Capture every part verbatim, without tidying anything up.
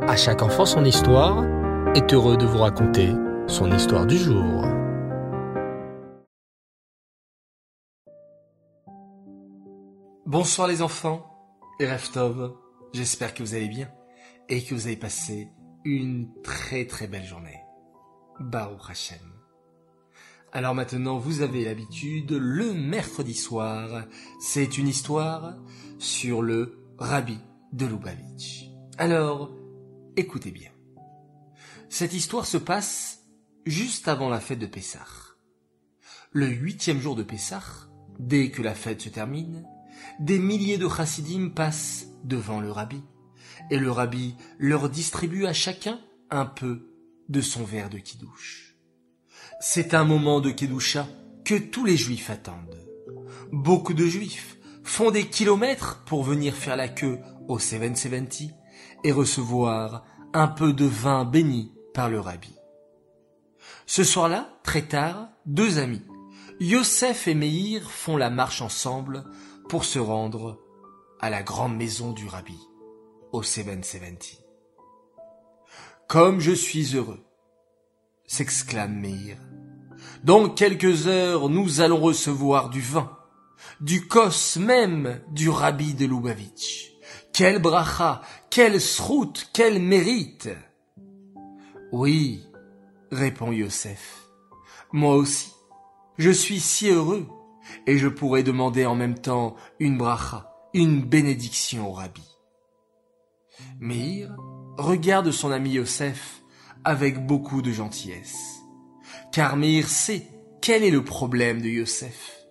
À chaque enfant son histoire est heureux de vous raconter son histoire du jour. Bonsoir les enfants, Erev Tov, j'espère que vous allez bien et que vous avez passé une très très belle journée. Baruch Hashem. Alors maintenant, vous avez l'habitude, le mercredi soir, c'est une histoire sur le Rabbi de Lubavitch. Alors, écoutez bien. Cette histoire se passe juste avant la fête de Pessah. Le huitième jour de Pessah, dès que la fête se termine, des milliers de chassidim passent devant le Rabbi, et le Rabbi leur distribue à chacun un peu de son verre de kidouche. C'est un moment de Kedusha que tous les Juifs attendent. Beaucoup de Juifs font des kilomètres pour venir faire la queue au sept cent soixante et recevoir un peu de vin béni par le Rabbi. Ce soir-là, très tard, deux amis, Yosef et Meir, font la marche ensemble pour se rendre à la grande maison du Rabbi, au sept cent soixante. « Comme je suis heureux !» s'exclame Meir. « Dans quelques heures, nous allons recevoir du vin, du kos même du Rabbi de Lubavitch. Quelle bracha, quelle srout, quel mérite !» « Oui, » répond Yosef, « moi aussi, je suis si heureux, et je pourrais demander en même temps une bracha, une bénédiction au Rabbi. » Meir regarde son ami Yosef avec beaucoup de gentillesse, car Meir sait quel est le problème de Yosef.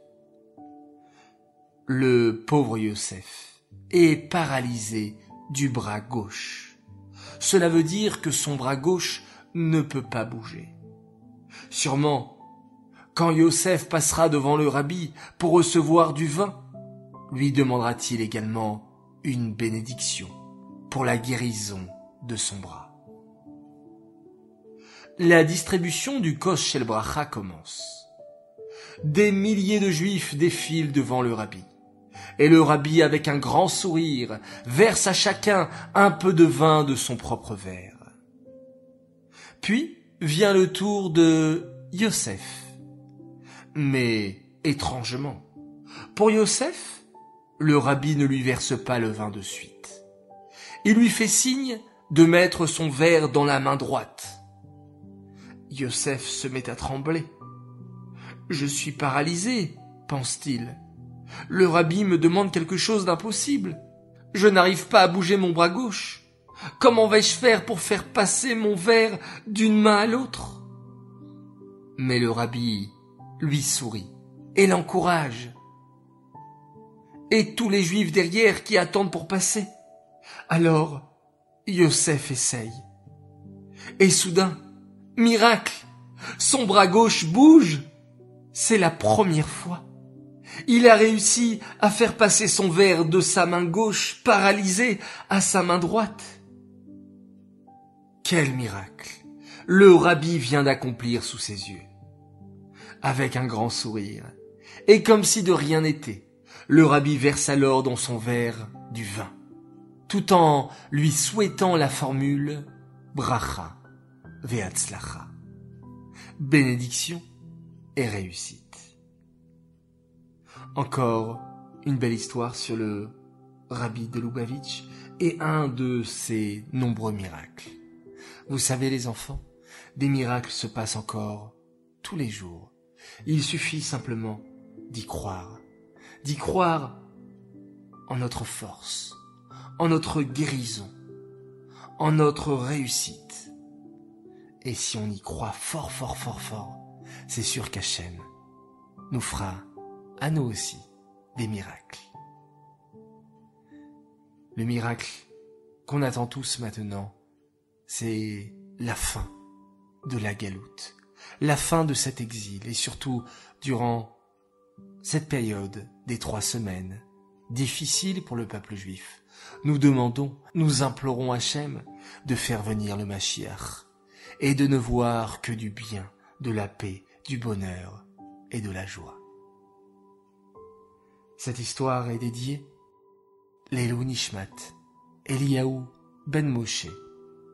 Le pauvre Yosef est paralysé du bras gauche. Cela veut dire que son bras gauche ne peut pas bouger. Sûrement, quand Yosef passera devant le Rabbi pour recevoir du vin, lui demandera-t-il également une bénédiction pour la guérison de son bras. La distribution du kos shel bracha commence. Des milliers de Juifs défilent devant le Rabbi, et le Rabbi, avec un grand sourire, verse à chacun un peu de vin de son propre verre. Puis vient le tour de Yosef. Mais, étrangement, pour Yosef, le Rabbi ne lui verse pas le vin de suite. Il lui fait signe de mettre son verre dans la main droite. Yosef se met à trembler. « Je suis paralysé, pense-t-il. Le Rabbi me demande quelque chose d'impossible. Je n'arrive pas à bouger mon bras gauche. Comment vais-je faire pour faire passer mon verre d'une main à l'autre ?» Mais le Rabbi lui sourit et l'encourage. Et tous les Juifs derrière qui attendent pour passer. Alors, Yosef essaye. Et soudain, miracle, son bras gauche bouge. C'est la première fois. Il a réussi à faire passer son verre de sa main gauche paralysée à sa main droite. Quel miracle le Rabbi vient d'accomplir sous ses yeux. Avec un grand sourire, et comme si de rien n'était, le Rabbi verse alors dans son verre du vin, tout en lui souhaitant la formule bracha ve'atzlacha, bénédiction et réussite. Encore une belle histoire sur le Rabbi de Lubavitch et un de ses nombreux miracles. Vous savez les enfants, des miracles se passent encore tous les jours. Il suffit simplement d'y croire, d'y croire en notre force, en notre guérison, en notre réussite. Et si on y croit fort, fort, fort, fort, c'est sûr qu'Hachem nous fera à nous aussi des miracles. Le miracle qu'on attend tous maintenant, c'est la fin de la galoute, la fin de cet exil, et surtout durant cette période des trois semaines, difficile pour le peuple juif. Nous demandons, nous implorons Hachem de faire venir le Mashiach et de ne voir que du bien, de la paix, du bonheur et de la joie. Cette histoire est dédiée Lelou Nishmat, Eliyahu Ben Moshe,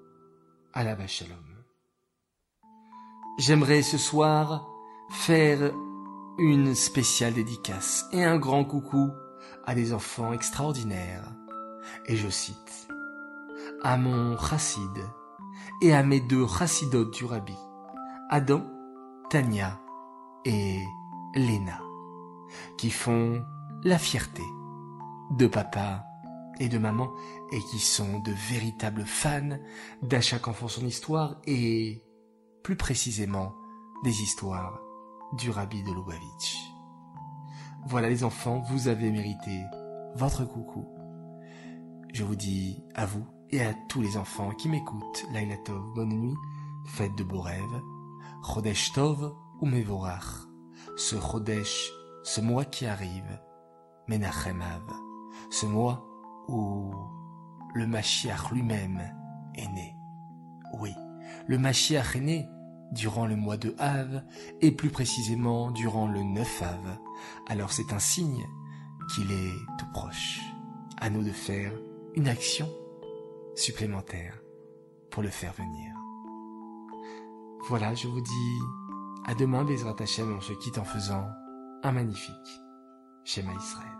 Alava Shalom. J'aimerais ce soir faire une spéciale dédicace et un grand coucou à des enfants extraordinaires. Et je cite, à mon chassid et à mes deux chassidotes du Rabbi, Adam, Tania et Léna, qui font la fierté de papa et de maman et qui sont de véritables fans d'À chaque enfant son histoire et plus précisément des histoires du Rabbi de Lubavitch. Voilà les enfants, vous avez mérité votre coucou. Je vous dis à vous et à tous les enfants qui m'écoutent, Laila Tov, bonne nuit, faites de beaux rêves, Chodesh Tov ou Mevorach, ce Chodesh, ce mois qui arrive, Menachem Av, ce mois où le Mashiach lui-même est né. Oui, le Mashiach est né durant le mois de Av et plus précisément durant le neuf Av. Alors c'est un signe qu'il est tout proche. À nous de faire une action supplémentaire pour le faire venir. Voilà, je vous dis à demain, Bezrat Hashem, on se quitte en faisant un magnifique Shema Israël.